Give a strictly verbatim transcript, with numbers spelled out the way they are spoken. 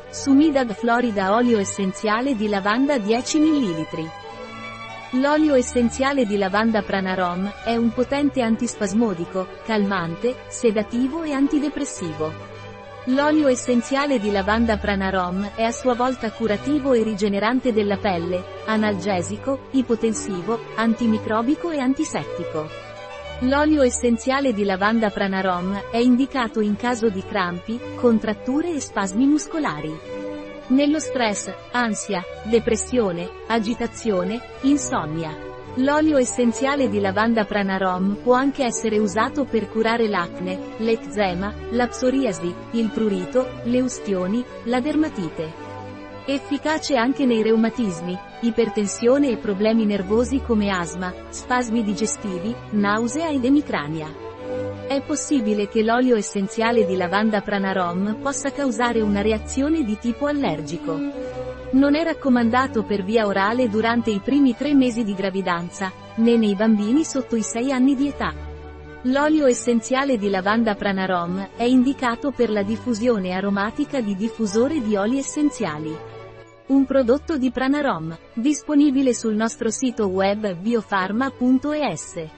Sumidad Florida olio essenziale di lavanda dieci millilitri. L'olio essenziale di lavanda Pranarom è un potente antispasmodico, calmante, sedativo e antidepressivo. L'olio essenziale di lavanda Pranarom è a sua volta curativo e rigenerante della pelle, analgesico, ipotensivo, antimicrobico e antisettico. L'olio essenziale di lavanda Pranarom è indicato in caso di crampi, contratture e spasmi muscolari. Nello stress, ansia, depressione, agitazione, insonnia. L'olio essenziale di lavanda Pranarom può anche essere usato per curare l'acne, l'eczema, la psoriasi, il prurito, le ustioni, la dermatite. Efficace anche nei reumatismi, ipertensione e problemi nervosi come asma, spasmi digestivi, nausea ed emicrania. È possibile che l'olio essenziale di lavanda Pranarom possa causare una reazione di tipo allergico. Non è raccomandato per via orale durante i primi tre mesi di gravidanza, né nei bambini sotto i sei anni di età. L'olio essenziale di lavanda Pranarom è indicato per la diffusione aromatica di diffusore di oli essenziali. Un prodotto di Pranarom, disponibile sul nostro sito web biofarma punto es.